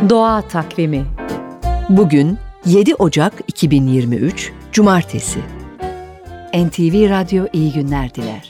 Doğa Takvimi. Bugün 7 Ocak 2023 Cumartesi. NTV Radyo iyi günler diler.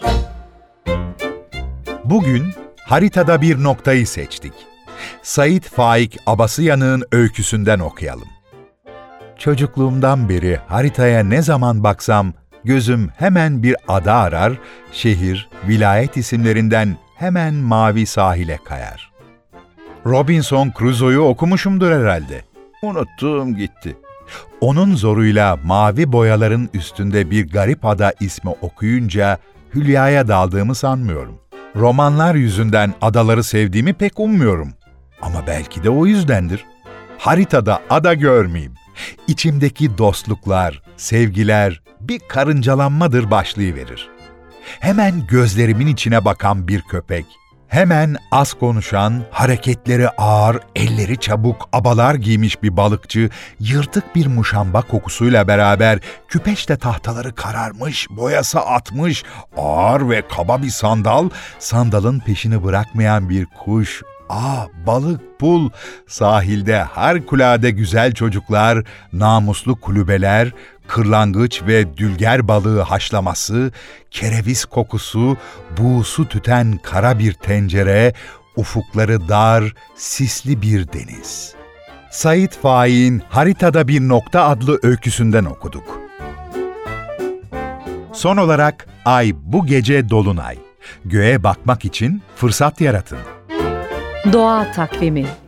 Bugün haritada bir noktayı seçtik. Said Faik Abasıyanık'ın öyküsünden okuyalım. Çocukluğumdan beri haritaya ne zaman baksam gözüm hemen bir ada arar, şehir, vilayet isimlerinden hemen mavi sahile kayar. Robinson Crusoe'yu okumuşumdur herhalde. Unuttuğum gitti. Onun zoruyla mavi boyaların üstünde bir garip ada ismi okuyunca hülyaya daldığımı sanmıyorum. Romanlar yüzünden adaları sevdiğimi pek ummuyorum. Ama belki de o yüzdendir. Haritada ada görmeyeyim. İçimdeki dostluklar, sevgiler bir karıncalanmadır başlayıverir. Hemen gözlerimin içine bakan bir köpek, hemen az konuşan, hareketleri ağır, elleri çabuk, abalar giymiş bir balıkçı, yırtık bir muşamba kokusuyla beraber küpeşte tahtaları kararmış, boyası atmış, ağır ve kaba bir sandal, sandalın peşini bırakmayan bir kuş, balık, pul, sahilde harikulade güzel çocuklar, namuslu kulübeler, kırlangıç ve dülger balığı haşlaması, kereviz kokusu, buğusu tüten kara bir tencere, ufukları dar, sisli bir deniz. Said Faik'in Haritada Bir Nokta adlı öyküsünden okuduk. Son olarak ay bu gece dolunay. Göğe bakmak için fırsat yaratın. Doğa Takvimi.